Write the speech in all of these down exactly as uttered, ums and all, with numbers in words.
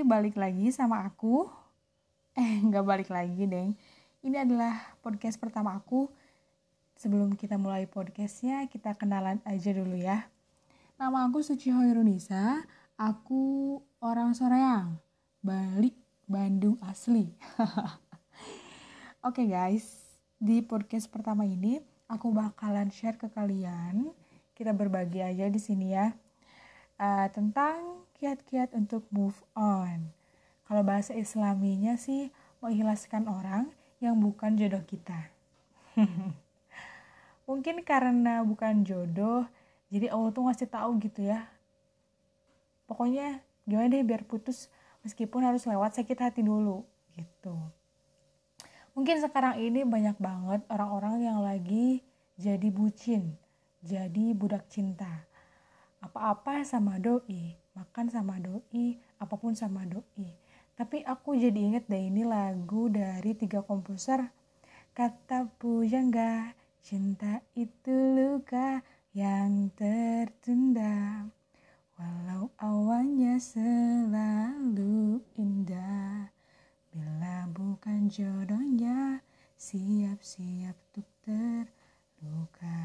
Oke, balik lagi sama aku. Eh, nggak balik lagi, deng. Ini adalah podcast pertama aku. Sebelum kita mulai podcastnya, kita kenalan aja dulu ya. Nama aku Suci Hoirunisa. Aku orang Soreang, Bali, Bandung asli. Oke guys, di podcast pertama ini aku bakalan share ke kalian. Kita berbagi aja di sini ya. Uh, tentang kiat-kiat untuk move on. Kalau bahasa Islaminya sih mengikhlaskan orang yang bukan jodoh kita. Mungkin karena bukan jodoh, jadi Allah tuh ngasih tahu gitu ya. Pokoknya gimana deh biar putus meskipun harus lewat sakit hati dulu gitu. Mungkin sekarang ini banyak banget orang-orang yang lagi jadi bucin, jadi budak cinta. Apa-apa sama doi, makan sama doi, apapun sama doi. Tapi aku jadi inget deh ini lagu dari Tiga Komposer. Kata Pujangga, cinta itu luka yang tertunda. Walau awalnya selalu indah, bila bukan jodohnya, siap-siap untuk terluka.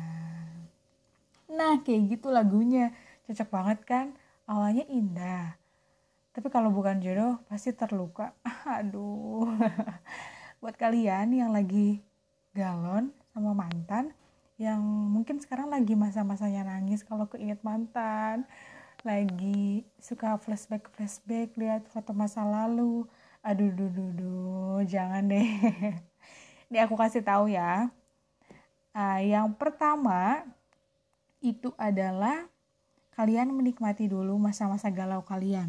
Nah kayak gitu lagunya, cocok banget kan, awalnya indah tapi kalau bukan jodoh pasti terluka. Aduh. Buat kalian yang lagi galon sama mantan, yang mungkin sekarang lagi masa-masanya nangis kalau keinget mantan, lagi suka flashback-flashback lihat foto masa lalu, aduh duh duh duh, jangan deh. Ini aku kasih tahu ya. Uh, yang pertama itu adalah kalian menikmati dulu masa-masa galau kalian.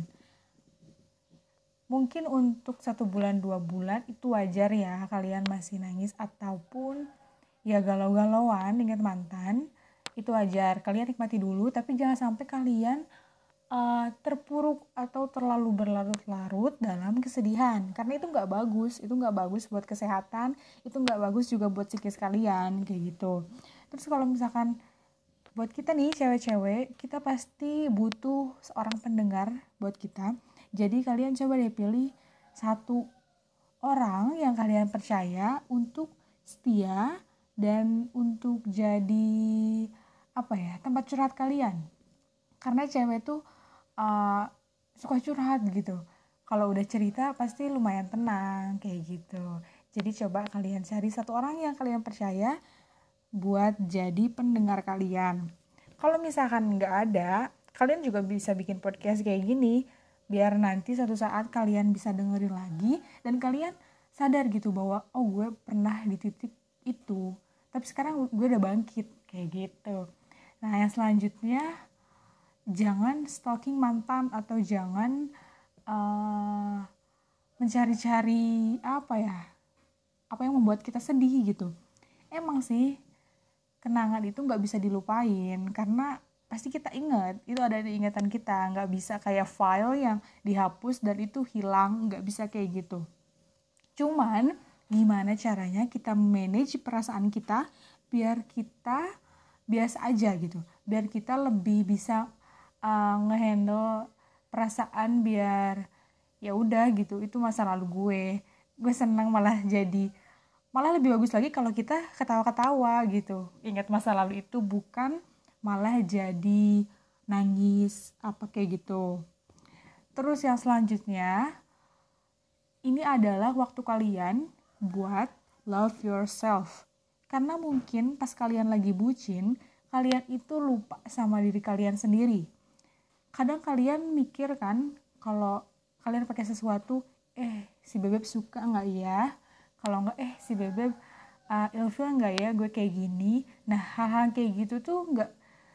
Mungkin untuk satu bulan, dua bulan itu wajar ya kalian masih nangis ataupun ya galau-galauan ingat mantan. Itu wajar, kalian nikmati dulu tapi jangan sampai kalian uh, terpuruk atau terlalu berlarut-larut dalam kesedihan. Karena itu gak bagus, itu gak bagus buat kesehatan, itu gak bagus juga buat psikis kalian, kayak gitu. Terus kalau misalkan buat kita nih cewek-cewek, kita pasti butuh seorang pendengar buat kita. Jadi kalian coba deh pilih satu orang yang kalian percaya untuk setia dan untuk jadi apa ya, tempat curhat kalian. Karena cewek tuh uh, suka curhat gitu. Kalau udah cerita pasti lumayan tenang kayak gitu. Jadi coba kalian cari satu orang yang kalian percaya buat jadi pendengar kalian. Kalau misalkan nggak ada, kalian juga bisa bikin podcast kayak gini, biar nanti suatu saat kalian bisa dengerin lagi dan kalian sadar gitu bahwa oh gue pernah di titik itu, tapi sekarang gue udah bangkit kayak gitu. Nah yang selanjutnya, jangan stalking mantan atau jangan uh, mencari-cari apa ya, apa yang membuat kita sedih gitu. Emang sih kenangan itu nggak bisa dilupain karena pasti kita ingat, itu ada di ingatan kita, nggak bisa kayak file yang dihapus dan itu hilang, nggak bisa kayak gitu. Cuman gimana caranya kita manage perasaan kita biar kita biasa aja gitu, biar kita lebih bisa uh, ngehandle perasaan biar ya udah gitu, itu masa lalu gue, gue senang malah jadi malah lebih bagus lagi kalau kita ketawa-ketawa gitu. Ingat masa lalu itu bukan malah jadi nangis apa kayak gitu. Terus yang selanjutnya, ini adalah waktu kalian buat love yourself. Karena mungkin pas kalian lagi bucin, kalian itu lupa sama diri kalian sendiri. Kadang kalian mikir kan, kalau kalian pakai sesuatu, eh si bebek suka gak ya? Kalau enggak, eh si bebek uh, ilfil enggak ya gue kayak gini. Nah hal-hal kayak gitu tuh enggak,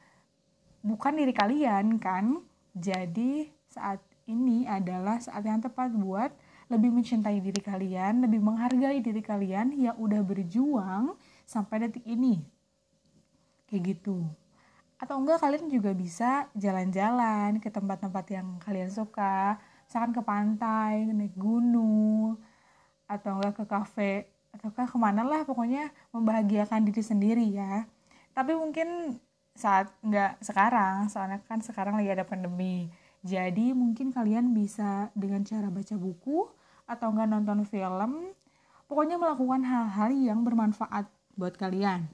bukan diri kalian kan. Jadi saat ini adalah saat yang tepat buat lebih mencintai diri kalian, lebih menghargai diri kalian yang udah berjuang sampai detik ini kayak gitu. Atau enggak kalian juga bisa jalan-jalan ke tempat-tempat yang kalian suka, misalkan ke pantai, naik gunung, atau enggak ke kafe, atau ke kemana lah, pokoknya membahagiakan diri sendiri ya. Tapi mungkin saat enggak sekarang, soalnya kan sekarang lagi ada pandemi, Jadi mungkin kalian bisa dengan cara baca buku atau enggak nonton film, pokoknya melakukan hal-hal yang bermanfaat buat kalian.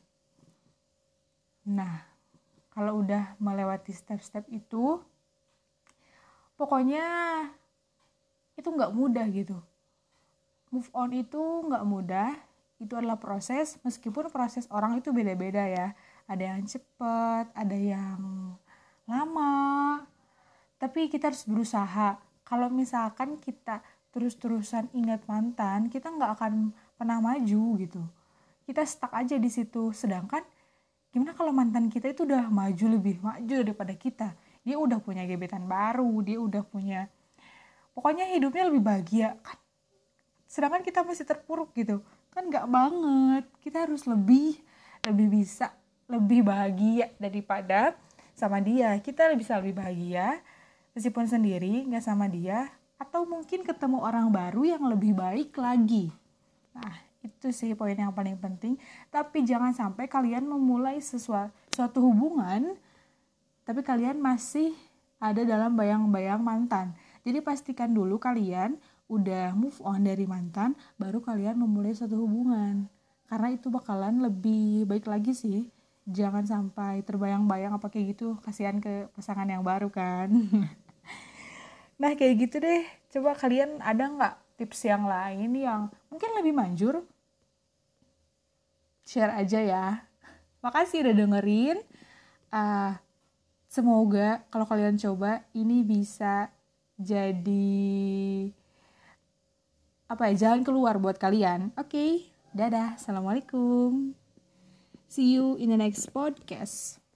Nah, kalau udah melewati step-step itu, pokoknya itu nggak mudah gitu. Move on itu nggak mudah, itu adalah proses, meskipun proses orang itu beda-beda ya. Ada yang cepat, ada yang lama, tapi kita harus berusaha. Kalau misalkan kita terus-terusan ingat mantan, kita nggak akan pernah maju gitu. Kita stuck aja di situ. Sedangkan gimana kalau mantan kita itu udah maju, lebih maju daripada kita? Dia udah punya gebetan baru, dia udah punya, pokoknya hidupnya lebih bahagia kan. Sedangkan kita masih terpuruk gitu. Kan nggak banget. Kita harus lebih, lebih bisa, lebih bahagia daripada sama dia. Kita bisa lebih bahagia meskipun sendiri, nggak sama dia, atau mungkin ketemu orang baru yang lebih baik lagi. Nah, itu sih poin yang paling penting. Tapi jangan sampai kalian memulai sesuatu suatu hubungan, tapi kalian masih ada dalam bayang-bayang mantan. Jadi pastikan dulu kalian udah move on dari mantan, baru kalian memulai suatu hubungan. Karena itu bakalan lebih baik lagi sih. Jangan sampai terbayang-bayang apa kayak gitu, kasihan ke pasangan yang baru kan. Nah kayak gitu deh. Coba kalian ada gak tips yang lain yang mungkin lebih manjur? Share aja ya. Makasih udah dengerin. Uh, semoga kalau kalian coba ini bisa jadi apa ya, jalan keluar buat kalian. Oke, okay, dadah. Assalamualaikum. See you in the next podcast.